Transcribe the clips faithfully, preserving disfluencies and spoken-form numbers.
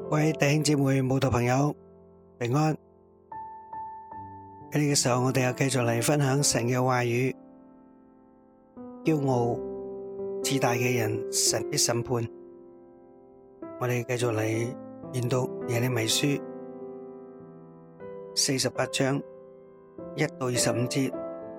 各位弟兄姊妹、慕道朋友平安。喺呢個時候，我哋又繼續嚟分享神嘅話語。驕傲自大嘅人，神必審判。我哋繼續嚟研讀耶利米書四十八章一到二十五節。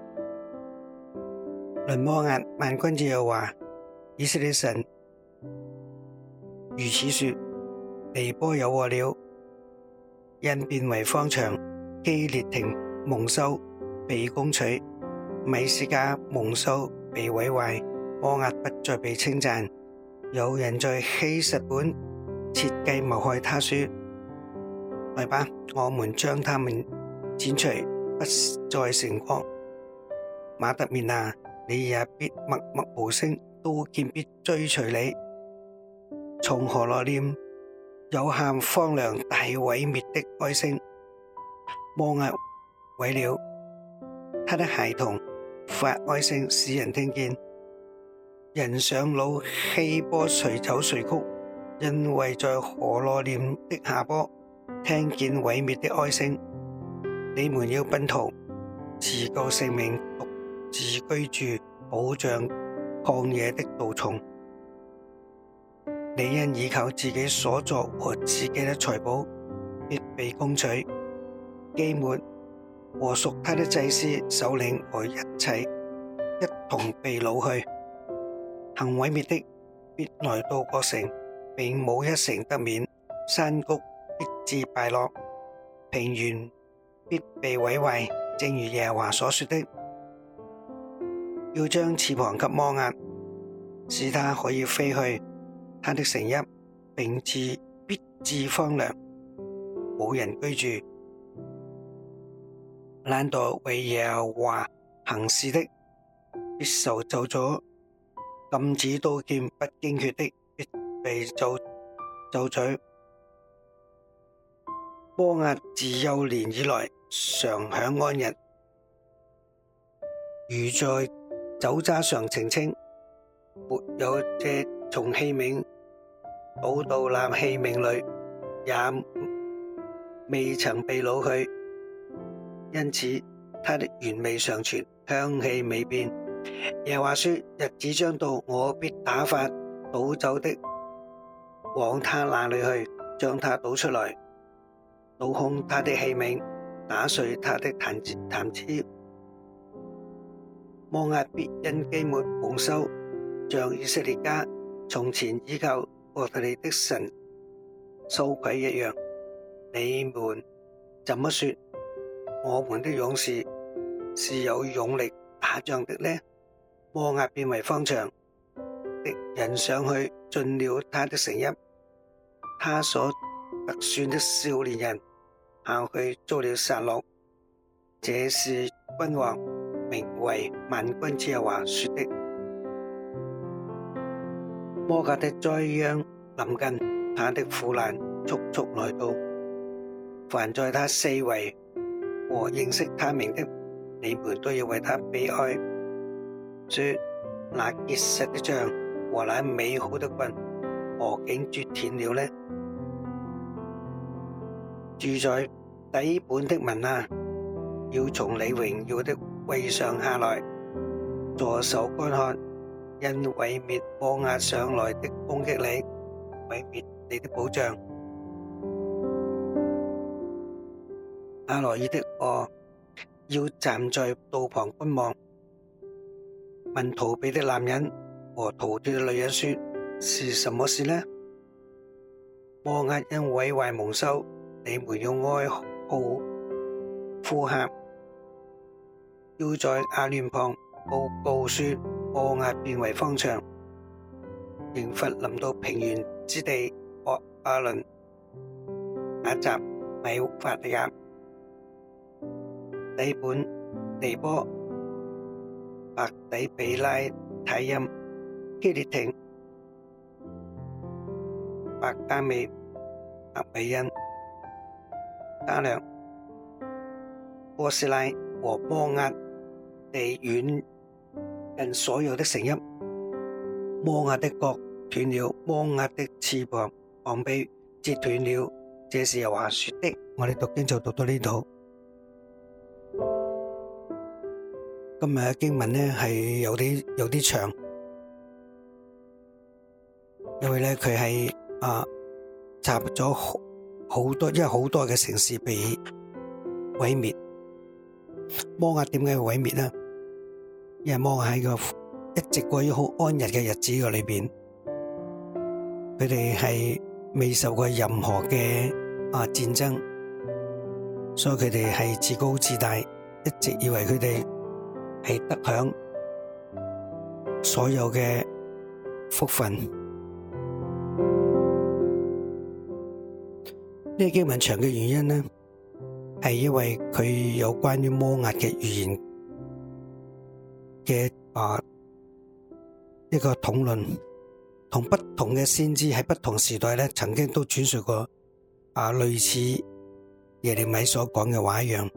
論摩押萬軍之耶和華以色列神如此說：尼波有禍了，因變為荒場；基列亭蒙羞，被攻取；米斯迦蒙羞，被毀壞。摩押不再被稱讚。有人在希實本設計謀害他，說：來吧，我們將他們剪除，不再成國。馬得面啊，你也必默默無聲，刀劍必追隨你。從何羅念有喊荒涼大毀滅的哀聲，摩押毀了，他的孩童發哀聲，使人聽見。人上魯希波隨走隨曲，因為在何羅念的下坡聽見毀滅的哀聲。你們要奔逃，自救性命，獨自居住，好像曠野的杜松。你因倚靠自己所作和自己的財寶，必被攻取。基抹和屬他的祭司、首領和一切一同被擄去。行毀滅的必來到各城，並冇一城得免。山谷必致敗落，平原必被毀壞，正如耶和華所說的。要將翅膀給摩押，使他可以飛去。他的城邑並致必致荒涼，冇人居住。懶惰為耶和華行事的，必受咒詛；禁止刀劍不經血的，必被咒咒詛。摩押自幼年以來常享安逸，如在酒渣上澄清，沒有這從器皿倒到那器皿裏，也未曾被擄去，因此他的原味常存，香氣未變。耶和華說：日子將到，我必打發倒酒的往他那裏去，將他倒出來，倒空他的器皿，打碎他的壇子壇子。摩押必因基抹蒙羞，像以色列家從前依靠伯特利的神羞愧一樣。你們怎麼說我們的勇士是有勇力打仗的呢？摩押變為荒場，敵人上去進了他的城邑，他所特選的少年人下去遭了殺戮。這是君王名為萬軍之耶和華說的。摩押的災殃臨近，他的苦難速速來到。凡在他四圍和認識他名的，你們都要為他悲哀，說：那結實的杖和那美好的棍，何竟絕斷了呢？住在底本的民啊，要從你榮耀的位上下來，坐手觀看，因毀滅摩押上來的攻擊你，毀滅你的保障。亞羅珥的我要站在道旁觀望，問逃避的男人和逃脫的女人說：是什麼事呢？摩押因毀壞蒙羞，你們要哀號呼喊，要在亞嫩旁報告說：摩押變為荒場，刑罰臨到平原之地，惡巴倫、雅雜、米法亞、底本、尼波、白底比拉太陰、基列亭、白加美、白米因、加略、波斯拉和摩押地遠近所有的城邑。摩押的角斷了，摩押的翅膀膀臂截斷了。這是耶和華說的。我哋讀經就讀到呢度。今日嘅經文呢係有啲有啲長，因為咧佢係啊集咗好好多，因為好多嘅城市被毀滅。摩押點解會毀滅呢？因為摩押喺個一直過於好安逸嘅日子嘅裏邊，佢哋係未受過任何嘅啊戰爭，所以佢哋係自高自大，一直以為佢哋係得享所有嘅福分。呢個經文長嘅原因呢，係因為佢有關於摩押嘅預言嘅啊一個統論，同不同嘅先知喺不同時代咧，曾經都轉述過啊類似耶利米所講嘅話一樣。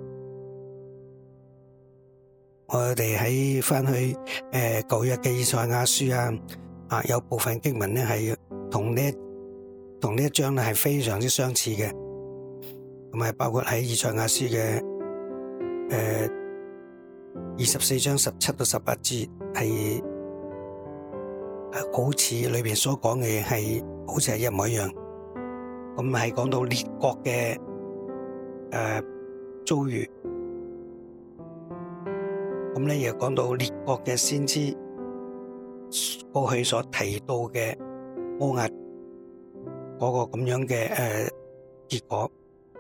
我哋喺翻去誒舊約嘅以賽亞書啊，啊有部分經文咧係同呢同呢一章咧係非常之相似嘅，咁係包括喺以賽亞書嘅誒二十四章十七到十八節，係好似裏邊所講嘅嘢係好似係一模一樣。咁係講到列國嘅誒遭遇。咁咧又講到列國嘅先知過去所提到嘅摩押嗰個咁樣嘅誒結果。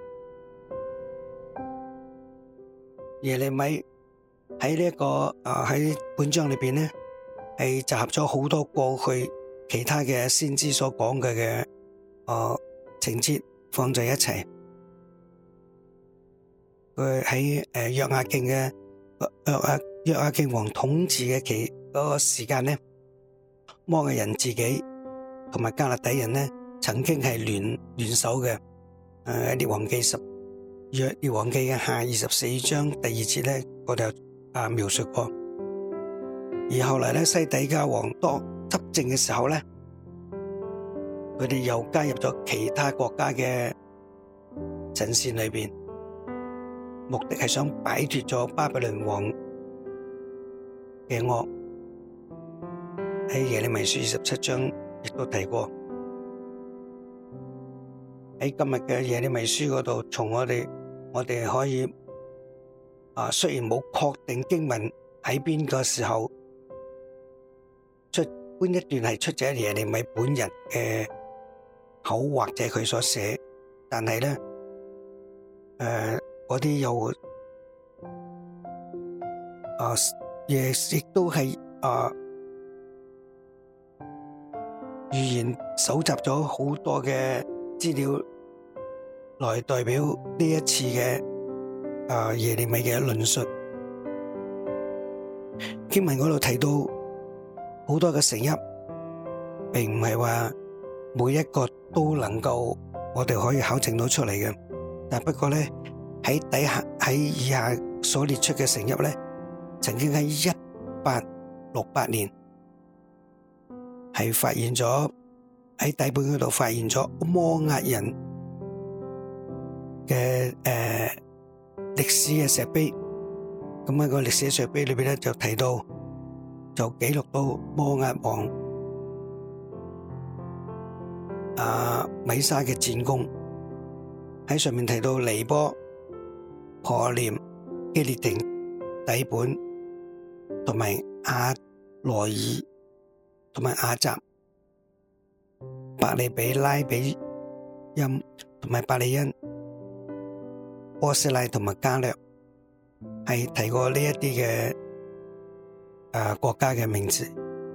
耶利米喺呢一個啊喺本章裏邊咧，係集合咗好多過去其他嘅先知所講嘅嘅啊情節放在一齊。佢喺誒約雅敬嘅。約阿約雅敬王統治嘅期嗰個時間咧，摩押人自己同埋迦勒底人咧，曾經係聯聯手嘅。誒，列王記十約列王記嘅下二十四章第二節咧，我哋有啊描述過。而後嚟咧，西底家王當執政嘅時候咧，佢哋又加入咗其他國家嘅陣線裏邊。目的係想擺脫咗巴比倫王嘅惡。喺耶利米書二十七章亦都提過。喺今日嘅耶利米書嗰度，從我哋我哋可以啊，雖然冇確定經文喺邊個時候出邊一段係出自耶利米本人嘅口或者佢所寫，但係咧誒。嗰啲又啊，亦亦都係啊，預言搜集咗好多嘅資料，來代表呢一次嘅啊耶利米嘅論述。經文嗰度提到好多嘅城邑，並唔係話每一個都能夠我哋可以考證到出嚟嘅，但不過咧。喺底下喺以下所列出嘅城邑咧，曾經喺一八六八年係發現咗喺底本嗰度發現咗摩押人嘅誒歷史嘅石碑。咁喺個歷史石碑裏邊咧就提到，就記錄到摩押王啊米沙嘅戰功，喺上面提到尼波、破念、基列亭、底本同埋亞羅爾同埋亞雜、伯利比拉比音同埋伯利恩、波斯拉同埋加略，係提過呢一啲嘅誒國家嘅名字。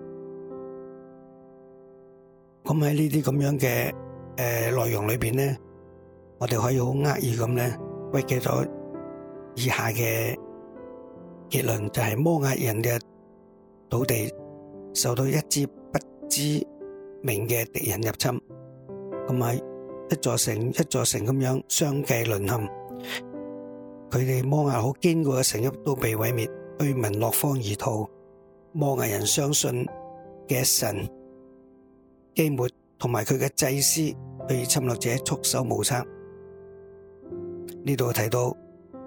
咁喺呢啲咁樣嘅誒內容裏邊咧，我哋可以好扼意咁咧歸結咗以下嘅結論，就係摩押人嘅土地受到一支不知名嘅敵人入侵，咁啊一座城一座城咁樣相繼淪陷，佢哋摩押好堅固嘅城邑都被毀滅，居民落荒而逃。摩押人相信嘅神基抹同埋佢嘅祭司對侵略者束手無策。呢度提到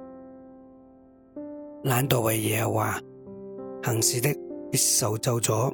懶惰為耶和華行事的必受咒詛，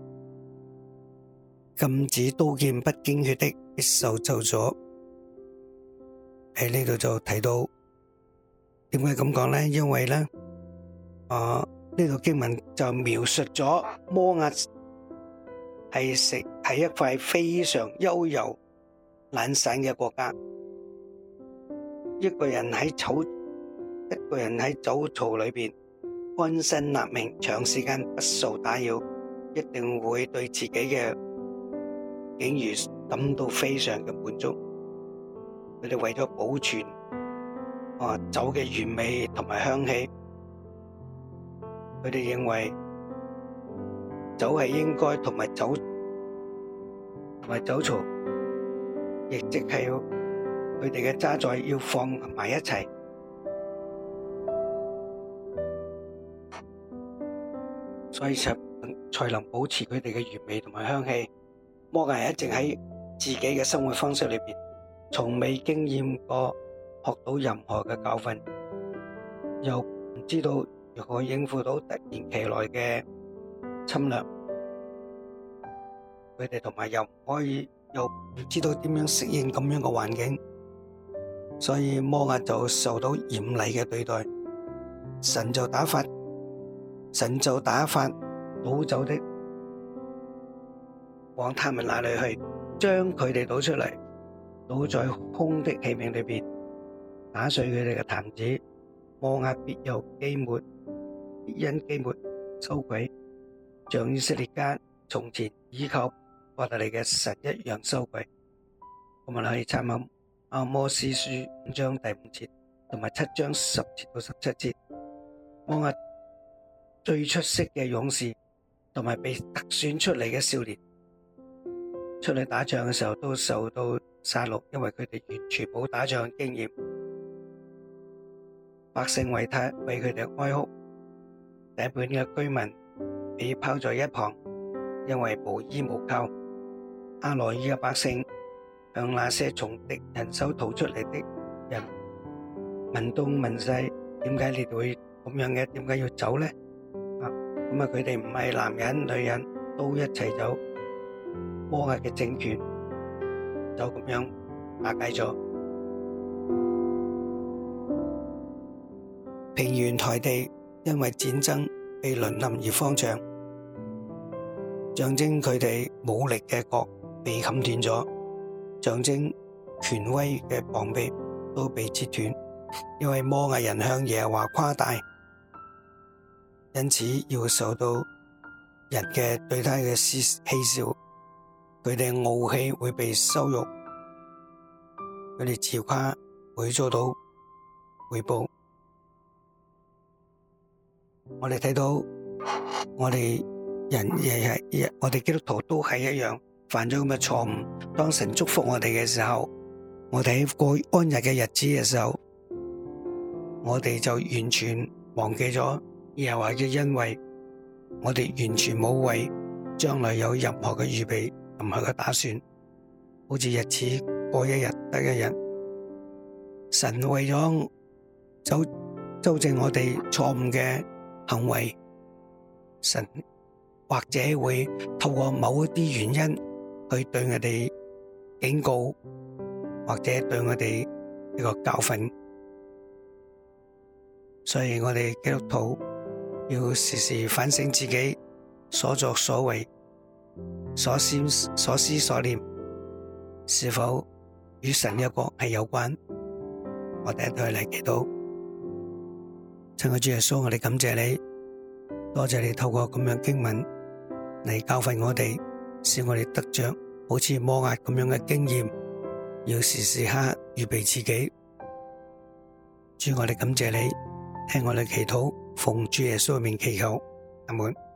禁止刀劍不經血的必受咒詛。喺呢度就提到點解咁講呢？因為呢，啊呢度經文就描述咗摩押係食係一塊非常優柔懶散嘅國家，一個人喺草一個人喺酒槽裏邊安身立命，長時間不受打擾，一定會對自己嘅境遇感到非常嘅滿足。佢哋為咗保存啊酒嘅原味同埋香氣，佢哋認為酒係應該同埋酒同埋酒槽，亦即係佢哋嘅渣滓要放埋一齊，所以才才能保持佢哋嘅原味同埋香氣。摩押人一直喺自己嘅生活方式裏邊，從未經驗過學到任何嘅教訓，又唔知道如何應付到突然其來嘅侵略。佢哋同埋又唔可以，又唔知道點樣適應咁樣嘅環境，所以摩押就受到嚴厲嘅對待。神就打發，神就打發倒酒的往他們那裏去，將佢哋倒出嚟，倒在空的器皿裏邊，打碎佢哋嘅壇子。摩押必有基抹，必因基抹羞愧，像以色列家從前依靠伯特利嘅神一樣羞愧。我們可以參考阿摩司書五章第五節同埋七章十節到十七節。摩押最出色嘅勇士同埋被特選出嚟嘅少年，出嚟打仗嘅時候都受到殺戮，因為佢哋完全冇打仗經驗。百姓為他為佢哋哀哭，第本嘅居民被拋在一旁，因為無依無靠。阿羅爾嘅百姓向那些從敵人手逃出嚟的人問東問西，點解你哋會咁樣嘅？點解要走呢？啊，咁啊，佢哋唔係男人女人都一齊走，摩押嘅政權就咁樣瓦解咗。平原台地因為戰爭被淪陷而荒場，象徵佢哋武力嘅角被砍斷咗，象徵權威嘅膀臂都被切斷，因為摩押人向耶和華誇大，因此要受到人嘅對他嘅嬉笑，佢哋傲氣會被羞辱，佢哋自誇會遭到回報。我哋睇到我哋人亦係，我哋基督徒都係一樣犯咗咁嘅錯誤。當神祝福我哋嘅時候，我哋喺過安逸嘅日子嘅時候，我哋就完全忘記咗耶和華嘅恩惠，我哋完全冇為將來有任何嘅預備，任何嘅打算，好似日子過一日得一日。神為咗糾糾正我哋錯誤嘅行為，神或者會透過某一啲原因去對我哋警告，或者對我哋一個教訓。所以我哋基督徒要時時反省自己所作所為、所思所思所念，是否與神嘅國係有關。我哋都係嚟祈禱。親愛的主耶穌，我哋感謝你，多謝你透過咁樣經文嚟教訓我哋，使我哋得着好似摩押咁樣嘅經驗，要時時刻預備自己。主，我哋感謝你，聽我哋祈禱，奉主耶穌嘅名祈求，阿門。